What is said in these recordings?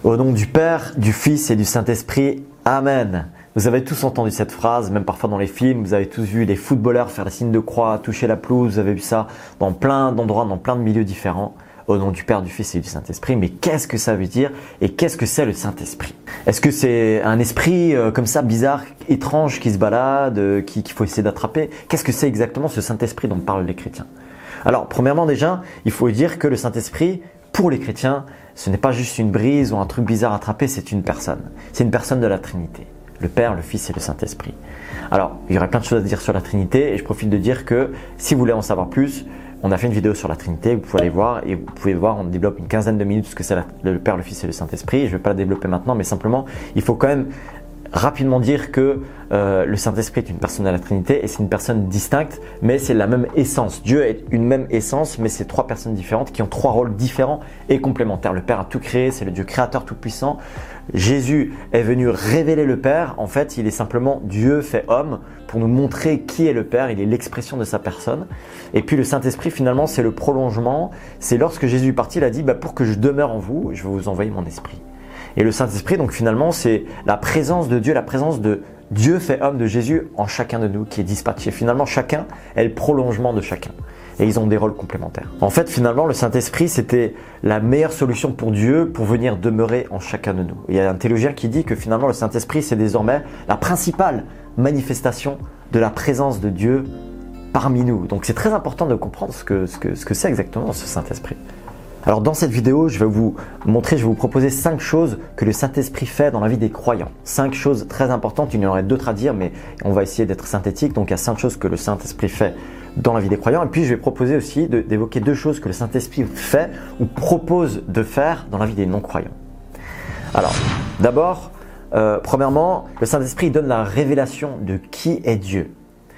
Au nom du Père, du Fils et du Saint-Esprit, Amen. Vous avez tous entendu cette phrase, même parfois dans les films, vous avez tous vu des footballeurs faire des signes de croix, toucher la pelouse, vous avez vu ça dans plein d'endroits, dans plein de milieux différents. Au nom du Père, du Fils et du Saint-Esprit. Mais qu'est-ce que ça veut dire et qu'est-ce que c'est le Saint-Esprit? Est-ce que c'est un esprit comme ça, bizarre, étrange, qui se balade, qu'il faut essayer d'attraper? Qu'est-ce que c'est exactement ce Saint-Esprit dont parlent les chrétiens? Alors, premièrement déjà, il faut dire que le Saint-Esprit, pour les chrétiens, ce n'est pas juste une brise ou un truc bizarre à attraper, c'est une personne. C'est une personne de la Trinité. Le Père, le Fils et le Saint-Esprit. Alors, il y aurait plein de choses à dire sur la Trinité et je profite de dire que si vous voulez en savoir plus, on a fait une vidéo sur la Trinité, vous pouvez aller voir et vous pouvez voir, on développe une quinzaine de minutes ce que c'est le Père, le Fils et le Saint-Esprit. Je ne vais pas la développer maintenant, mais simplement, il faut quand même rapidement dire que le Saint-Esprit est une personne de la Trinité et c'est une personne distincte, mais c'est la même essence. Dieu est une même essence, mais c'est trois personnes différentes qui ont trois rôles différents et complémentaires. Le Père a tout créé, c'est le Dieu créateur tout-puissant. Jésus est venu révéler le Père. En fait, il est simplement Dieu fait homme pour nous montrer qui est le Père. Il est l'expression de sa personne. Et puis le Saint-Esprit, finalement, c'est le prolongement. C'est lorsque Jésus est parti, il a dit pour que je demeure en vous, je vais vous envoyer mon esprit. Et le Saint-Esprit, donc finalement, c'est la présence de Dieu, la présence de Dieu fait homme de Jésus en chacun de nous qui est dispatché. Finalement, chacun est le prolongement de chacun. Et ils ont des rôles complémentaires. En fait, finalement, le Saint-Esprit, c'était la meilleure solution pour Dieu pour venir demeurer en chacun de nous. Il y a un théologien qui dit que finalement, le Saint-Esprit, c'est désormais la principale manifestation de la présence de Dieu parmi nous. Donc, c'est très important de comprendre ce que c'est exactement ce Saint-Esprit. Alors dans cette vidéo, je vais vous proposer 5 choses que le Saint-Esprit fait dans la vie des croyants. 5 choses très importantes, il y en aurait d'autres à dire, mais on va essayer d'être synthétique. Donc il y a 5 choses que le Saint-Esprit fait dans la vie des croyants. Et puis je vais proposer aussi d'évoquer 2 choses que le Saint-Esprit fait ou propose de faire dans la vie des non-croyants. Alors d'abord, premièrement, le Saint-Esprit donne la révélation de qui est Dieu.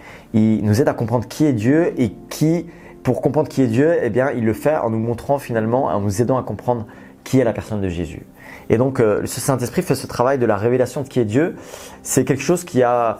Il nous aide à comprendre qui est Dieu et pour comprendre qui est Dieu, eh bien, il le fait en nous montrant finalement, en nous aidant à comprendre qui est la personne de Jésus. Et donc, ce Saint-Esprit fait ce travail de la révélation de qui est Dieu. C'est quelque chose qui est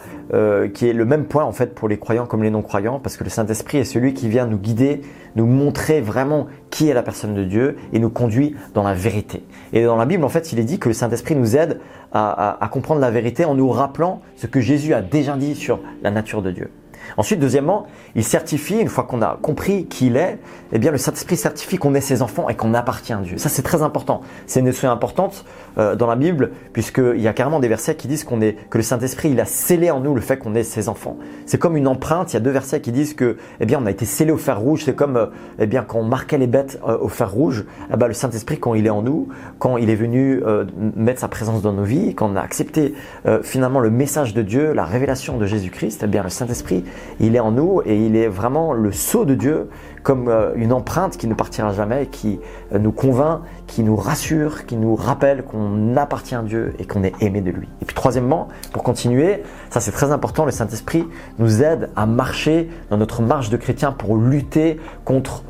le même point en fait pour les croyants comme les non-croyants, parce que le Saint-Esprit est celui qui vient nous guider, nous montrer vraiment qui est la personne de Dieu et nous conduit dans la vérité. Et dans la Bible, en fait, il est dit que le Saint-Esprit nous aide à comprendre la vérité en nous rappelant ce que Jésus a déjà dit sur la nature de Dieu. Ensuite, deuxièmement, il certifie, une fois qu'on a compris qui il est, eh bien le Saint-Esprit certifie qu'on est ses enfants et qu'on appartient à Dieu. Ça, c'est très important. C'est une notion importante dans la Bible, puisqu'il y a carrément des versets qui disent que le Saint-Esprit, il a scellé en nous le fait qu'on est ses enfants. C'est comme une empreinte. Il y a 2 versets qui disent que, eh bien, on a été scellé au fer rouge. C'est comme, eh bien, quand on marquait les bêtes au fer rouge, le Saint-Esprit, quand il est en nous, quand il est venu mettre sa présence dans nos vies, quand on a accepté finalement le message de Dieu, la révélation de Jésus-Christ, eh bien, le Saint-Esprit, il est en nous et il est vraiment le sceau de Dieu, comme une empreinte qui ne partira jamais, qui nous convainc, qui nous rassure, qui nous rappelle qu'on appartient à Dieu et qu'on est aimé de lui. Et puis troisièmement, pour continuer, ça c'est très important, le Saint-Esprit nous aide à marcher dans notre marche de chrétien pour lutter contre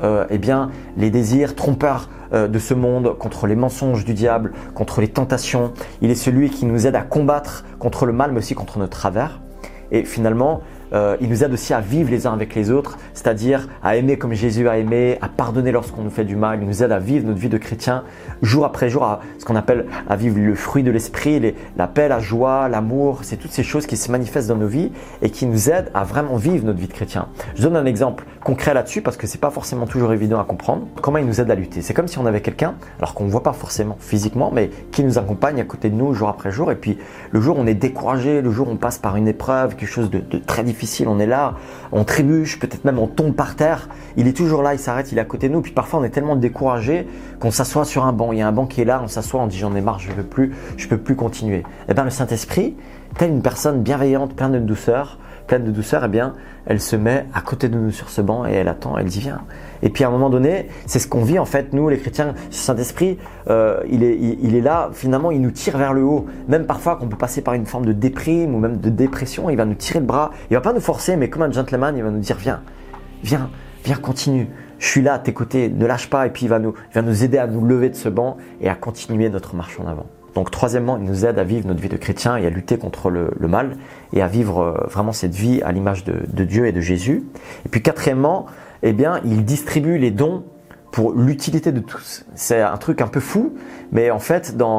les désirs trompeurs de ce monde, contre les mensonges du diable, contre les tentations. Il est celui qui nous aide à combattre contre le mal, mais aussi contre nos travers. Et finalement, il nous aide aussi à vivre les uns avec les autres, c'est-à-dire à aimer comme Jésus a aimé, à pardonner lorsqu'on nous fait du mal. Il nous aide à vivre notre vie de chrétien jour après jour, à ce qu'on appelle à vivre le fruit de l'esprit, la paix, la joie, l'amour. C'est toutes ces choses qui se manifestent dans nos vies et qui nous aident à vraiment vivre notre vie de chrétien. Je donne un exemple concret là-dessus parce que c'est pas forcément toujours évident à comprendre. Comment il nous aide à lutter? C'est comme si on avait quelqu'un, alors qu'on ne voit pas forcément physiquement, mais qui nous accompagne à côté de nous jour après jour. Et puis le jour où on est découragé, le jour où on passe par une épreuve, quelque chose de très difficile, on est là, on trébuche, peut-être même on tombe par terre, il est toujours là, il s'arrête, il est à côté de nous. Puis parfois on est tellement découragé qu'on s'assoit sur un banc, il y a un banc qui est là, on s'assoit, on dit j'en ai marre, je peux plus continuer. Et bien le Saint-Esprit, telle une personne bienveillante, pleine de douceur, eh bien elle se met à côté de nous sur ce banc et elle attend, elle dit viens. Et puis à un moment donné, c'est ce qu'on vit en fait, nous les chrétiens, ce Saint-Esprit, il est là, finalement il nous tire vers le haut. Même parfois qu'on peut passer par une forme de déprime ou même de dépression, il va nous tirer le bras, il va pas nous forcer, mais comme un gentleman, il va nous dire viens, continue. Je suis là à tes côtés, ne lâche pas. Et puis il va nous aider à nous lever de ce banc et à continuer notre marche en avant. Donc troisièmement, il nous aide à vivre notre vie de chrétien et à lutter contre le mal et à vivre vraiment cette vie à l'image de Dieu et de Jésus. Et puis quatrièmement, eh bien, il distribue les dons pour l'utilité de tous. C'est un truc un peu fou, mais en fait, dans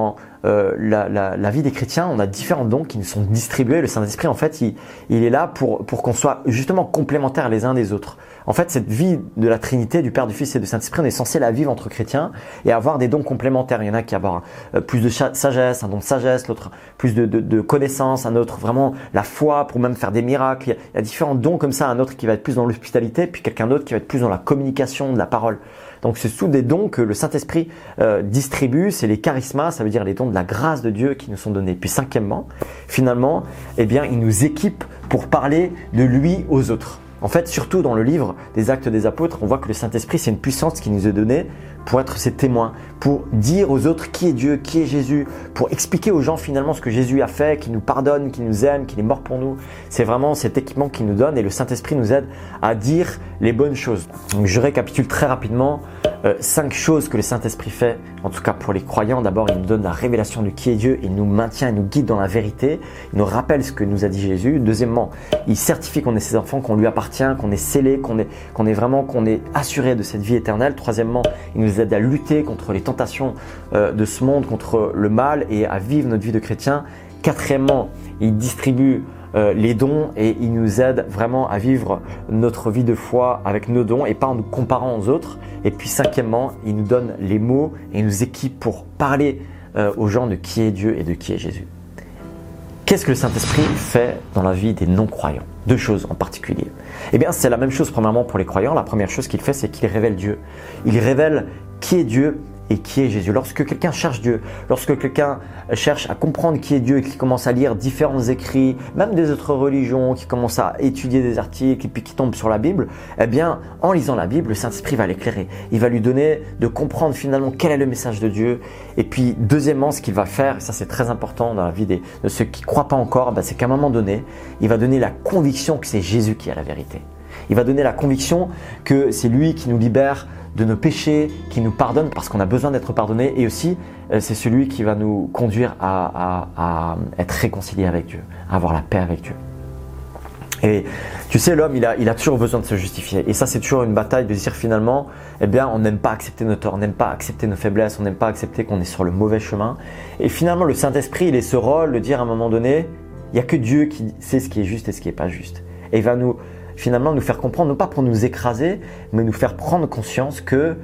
la vie des chrétiens, on a différents dons qui nous sont distribués. Le Saint-Esprit, en fait, il est là pour qu'on soit justement complémentaires les uns des autres. En fait, cette vie de la Trinité, du Père, du Fils et du Saint-Esprit, on est censé la vivre entre chrétiens et avoir des dons complémentaires. Il y en a qui avoir plus de sagesse, un don de sagesse, l'autre plus de connaissance, un autre vraiment la foi pour même faire des miracles. Il y a différents dons comme ça, un autre qui va être plus dans l'hospitalité, puis quelqu'un d'autre qui va être plus dans la communication de la parole. Donc, c'est tous des dons que le Saint-Esprit distribue. C'est les charismas, ça veut dire les dons de la grâce de Dieu qui nous sont donnés. Puis cinquièmement, finalement, eh bien, il nous équipe pour parler de lui aux autres. En fait, surtout dans le livre des Actes des Apôtres, on voit que le Saint-Esprit, c'est une puissance qui nous est donnée pour être ses témoins, pour dire aux autres qui est Dieu, qui est Jésus, pour expliquer aux gens finalement ce que Jésus a fait, qu'il nous pardonne, qu'il nous aime, qu'il est mort pour nous. C'est vraiment cet équipement qu'il nous donne et le Saint-Esprit nous aide à dire les bonnes choses. Donc, je récapitule très rapidement 5 choses que le Saint-Esprit fait, en tout cas pour les croyants. D'abord, il nous donne la révélation de qui est Dieu, il nous maintient, il nous guide dans la vérité, il nous rappelle ce que nous a dit Jésus. Deuxièmement, il certifie qu'on est ses enfants, qu'on lui appartient, qu'on est scellé, qu'on est assuré de cette vie éternelle. Troisièmement, il nous aide à lutter contre les tentations de ce monde, contre le mal et à vivre notre vie de chrétien. Quatrièmement, il distribue les dons et il nous aide vraiment à vivre notre vie de foi avec nos dons et pas en nous comparant aux autres. Et puis cinquièmement, il nous donne les mots et il nous équipe pour parler aux gens de qui est Dieu et de qui est Jésus. Qu'est-ce que le Saint-Esprit fait dans la vie des non-croyants? 2 choses en particulier. Eh bien, c'est la même chose premièrement pour les croyants. La première chose qu'il fait, c'est qu'il révèle Dieu. Il révèle qui est Dieu et qui est Jésus. Lorsque quelqu'un cherche Dieu, lorsque quelqu'un cherche à comprendre qui est Dieu et qui commence à lire différents écrits, même des autres religions, qui commence à étudier des articles et puis qui tombe sur la Bible, eh bien, en lisant la Bible, le Saint-Esprit va l'éclairer. Il va lui donner de comprendre finalement quel est le message de Dieu. Et puis, deuxièmement, ce qu'il va faire, et ça c'est très important dans la vie de ceux qui ne croient pas encore, c'est qu'à un moment donné, il va donner la conviction que c'est Jésus qui est la vérité. Il va donner la conviction que c'est lui qui nous libère de nos péchés, qui nous pardonne parce qu'on a besoin d'être pardonné et aussi c'est celui qui va nous conduire à être réconcilié avec Dieu, à avoir la paix avec Dieu. Et tu sais, l'homme, il a toujours besoin de se justifier. Et ça, c'est toujours une bataille de dire finalement, eh bien, on n'aime pas accepter nos torts, on n'aime pas accepter nos faiblesses, on n'aime pas accepter qu'on est sur le mauvais chemin. Et finalement, le Saint-Esprit, il est ce rôle de dire à un moment donné, il n'y a que Dieu qui sait ce qui est juste et ce qui n'est pas juste. Et il va finalement nous faire comprendre, non pas pour nous écraser, mais nous faire prendre conscience que,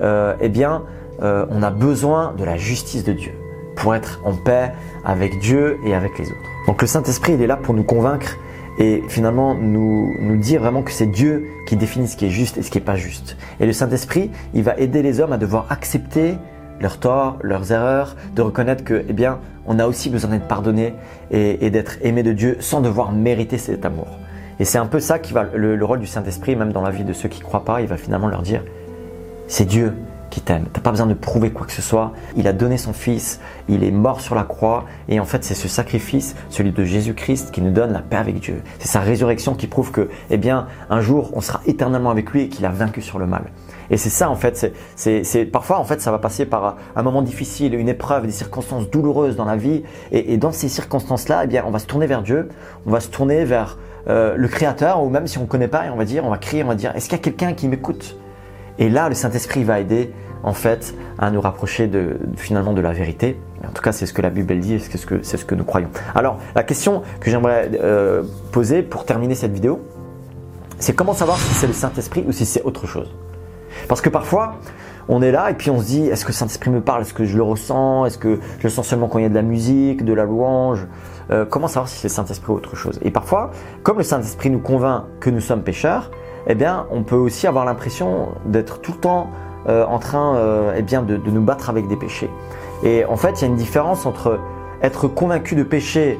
on a besoin de la justice de Dieu pour être en paix avec Dieu et avec les autres. Donc le Saint-Esprit, il est là pour nous convaincre et finalement nous dire vraiment que c'est Dieu qui définit ce qui est juste et ce qui n'est pas juste. Et le Saint-Esprit, il va aider les hommes à devoir accepter leurs torts, leurs erreurs, de reconnaître que, on a aussi besoin d'être pardonné et d'être aimé de Dieu sans devoir mériter cet amour. Et c'est un peu ça qui va le rôle du Saint-Esprit, même dans la vie de ceux qui ne croient pas, il va finalement leur dire « c'est Dieu qui t'aime, tu n'as pas besoin de prouver quoi que ce soit, il a donné son Fils, il est mort sur la croix et en fait c'est ce sacrifice, celui de Jésus-Christ qui nous donne la paix avec Dieu. C'est sa résurrection qui prouve que un jour on sera éternellement avec lui et qu'il a vaincu sur le mal. » Et c'est ça en fait, parfois en fait ça va passer par un moment difficile, une épreuve, des circonstances douloureuses dans la vie et dans ces circonstances-là, on va se tourner vers Dieu, on va se tourner vers le Créateur, ou même si on ne connaît pas, et on va crier, on va dire, est-ce qu'il y a quelqu'un qui m'écoute? Et là, le Saint-Esprit va aider en fait à nous rapprocher finalement de la vérité. En tout cas, c'est ce que la Bible elle dit et c'est ce que nous croyons. Alors, la question que j'aimerais poser pour terminer cette vidéo, c'est comment savoir si c'est le Saint-Esprit ou si c'est autre chose? Parce que parfois, on est là et puis on se dit, est-ce que le Saint-Esprit me parle? Est-ce que je le ressens? Est-ce que je le sens seulement quand il y a de la musique, de la louange? Comment savoir si c'est le Saint-Esprit ou autre chose? Et parfois, comme le Saint-Esprit nous convainc que nous sommes pécheurs, on peut aussi avoir l'impression d'être tout le temps en train de nous battre avec des péchés. Et en fait, il y a une différence entre être convaincu de péché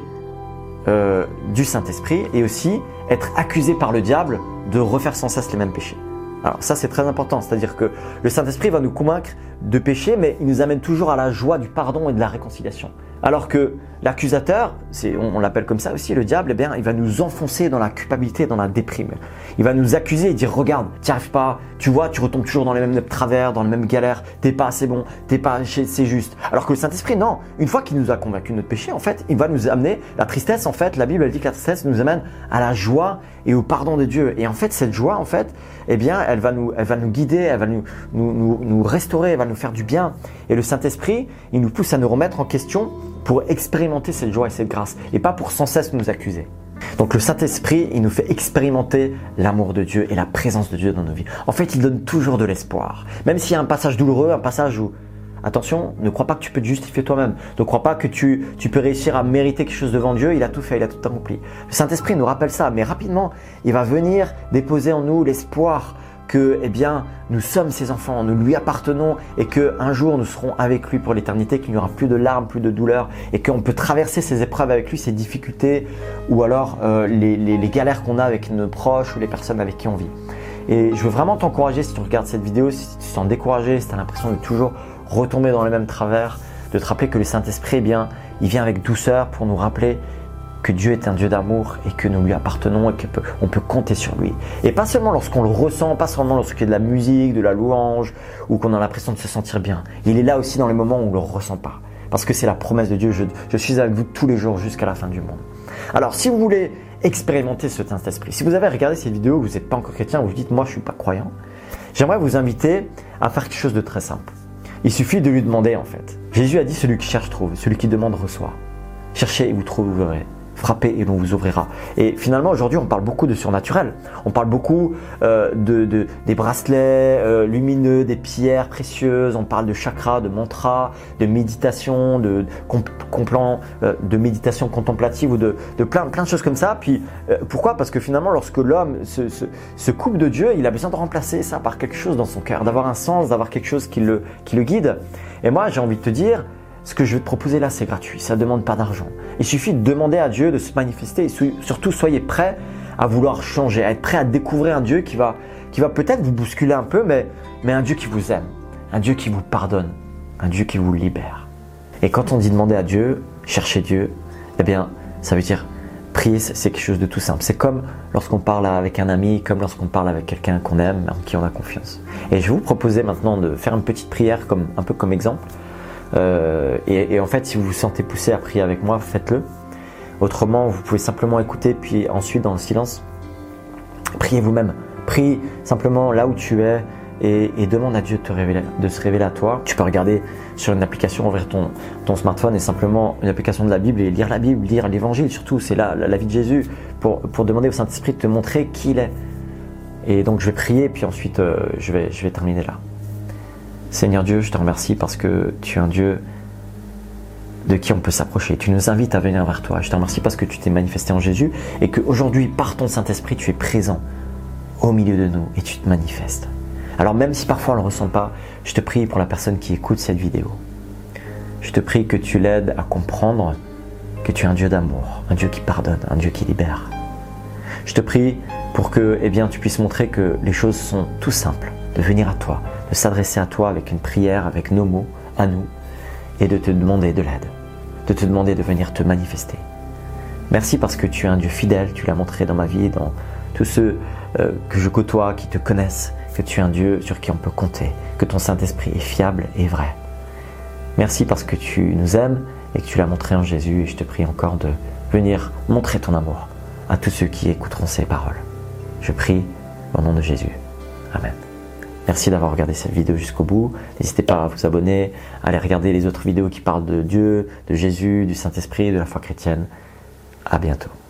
du Saint-Esprit et aussi être accusé par le diable de refaire sans cesse les mêmes péchés. Alors ça, c'est très important, c'est-à-dire que le Saint-Esprit va nous convaincre de péché, mais il nous amène toujours à la joie du pardon et de la réconciliation. Alors que l'accusateur, on l'appelle comme ça aussi, le diable, il va nous enfoncer dans la culpabilité, dans la déprime. Il va nous accuser et dire, regarde, tu n'y arrives pas, tu vois, tu retombes toujours dans les mêmes travers, dans les mêmes galères, t'es pas assez bon, c'est juste. Alors que le Saint-Esprit, non, une fois qu'il nous a convaincu de notre péché, en fait, il va nous amener la tristesse, en fait, la Bible elle dit que la tristesse nous amène à la joie et au pardon de Dieu. Et en fait, cette joie, en fait, elle elle va nous guider, elle va nous restaurer, elle va nous faire du bien. Et le Saint-Esprit, il nous pousse à nous remettre en question pour expérimenter cette joie et cette grâce et pas pour sans cesse nous accuser. Donc le Saint-Esprit, il nous fait expérimenter l'amour de Dieu et la présence de Dieu dans nos vies. En fait, il donne toujours de l'espoir. Même s'il y a un passage douloureux, un passage où, attention, ne crois pas que tu peux te justifier toi-même. Ne crois pas que tu peux réussir à mériter quelque chose devant Dieu. Il a tout fait, il a tout accompli. Le Saint-Esprit nous rappelle ça, mais rapidement, il va venir déposer en nous l'espoir que, nous sommes ses enfants, nous lui appartenons et qu'un jour nous serons avec lui pour l'éternité, qu'il n'y aura plus de larmes, plus de douleurs et qu'on peut traverser ces épreuves avec lui, ces difficultés ou alors les galères qu'on a avec nos proches ou les personnes avec qui on vit. Et je veux vraiment t'encourager, si tu regardes cette vidéo, si tu te sens découragé, si tu as l'impression de toujours retomber dans les mêmes travers, de te rappeler que le Saint-Esprit, il vient avec douceur pour nous rappeler que Dieu est un Dieu d'amour et que nous lui appartenons et qu'on peut compter sur lui. Et pas seulement lorsqu'on le ressent, pas seulement lorsqu'il y a de la musique, de la louange ou qu'on a l'impression de se sentir bien. Il est là aussi dans les moments où on ne le ressent pas. Parce que c'est la promesse de Dieu, je suis avec vous tous les jours jusqu'à la fin du monde. Alors si vous voulez expérimenter ce Saint-Esprit, si vous avez regardé cette vidéo, vous n'êtes pas encore chrétien, vous vous dites moi je ne suis pas croyant, j'aimerais vous inviter à faire quelque chose de très simple. Il suffit de lui demander en fait. Jésus a dit celui qui cherche trouve, celui qui demande reçoit. Cherchez et vous trouverez. Frappez et l'on vous ouvrira. Et finalement, aujourd'hui, on parle beaucoup de surnaturel. On parle beaucoup des bracelets lumineux, des pierres précieuses. On parle de chakras, de mantras, de méditation, de méditation contemplative ou de plein de choses comme ça. Puis pourquoi ? Parce que finalement, lorsque l'homme se coupe de Dieu, il a besoin de remplacer ça par quelque chose dans son cœur, d'avoir un sens, d'avoir quelque chose qui le guide. Et moi, j'ai envie de te dire, ce que je vais te proposer là, c'est gratuit, ça ne demande pas d'argent. Il suffit de demander à Dieu de se manifester et surtout soyez prêts à vouloir changer, à être prêts à découvrir un Dieu qui va peut-être vous bousculer un peu, mais un Dieu qui vous aime, un Dieu qui vous pardonne, un Dieu qui vous libère. Et quand on dit demander à Dieu, chercher Dieu, ça veut dire prier, c'est quelque chose de tout simple. C'est comme lorsqu'on parle avec un ami, comme lorsqu'on parle avec quelqu'un qu'on aime, en qui on a confiance. Et je vais vous proposer maintenant de faire une petite prière un peu comme exemple. Et en fait, si vous vous sentez poussé à prier avec moi, faites-le. Autrement, vous pouvez simplement écouter, puis ensuite, dans le silence, priez vous-même. Prie simplement là où tu es et demande à Dieu de se révéler à toi. Tu peux regarder sur une application, ouvrir ton smartphone et simplement une application de la Bible et lire la Bible, lire l'Évangile surtout. C'est là la vie de Jésus pour demander au Saint-Esprit de te montrer qui il est. Et donc, je vais prier, puis ensuite, je vais terminer là. Seigneur Dieu, je te remercie parce que tu es un Dieu de qui on peut s'approcher. Tu nous invites à venir vers toi. Je te remercie parce que tu t'es manifesté en Jésus et qu'aujourd'hui, par ton Saint-Esprit, tu es présent au milieu de nous et tu te manifestes. Alors même si parfois on ne le ressent pas, je te prie pour la personne qui écoute cette vidéo. Je te prie que tu l'aides à comprendre que tu es un Dieu d'amour, un Dieu qui pardonne, un Dieu qui libère. Je te prie pour que tu puisses montrer que les choses sont tout simples, de venir à toi, de s'adresser à toi avec une prière, avec nos mots, à nous, et de te demander de l'aide, de te demander de venir te manifester. Merci parce que tu es un Dieu fidèle, tu l'as montré dans ma vie, dans tous ceux que je côtoie, qui te connaissent, que tu es un Dieu sur qui on peut compter, que ton Saint-Esprit est fiable et vrai. Merci parce que tu nous aimes et que tu l'as montré en Jésus, et je te prie encore de venir montrer ton amour à tous ceux qui écouteront ces paroles. Je prie au nom de Jésus. Amen. Merci d'avoir regardé cette vidéo jusqu'au bout. N'hésitez pas à vous abonner, à aller regarder les autres vidéos qui parlent de Dieu, de Jésus, du Saint-Esprit, de la foi chrétienne. À bientôt.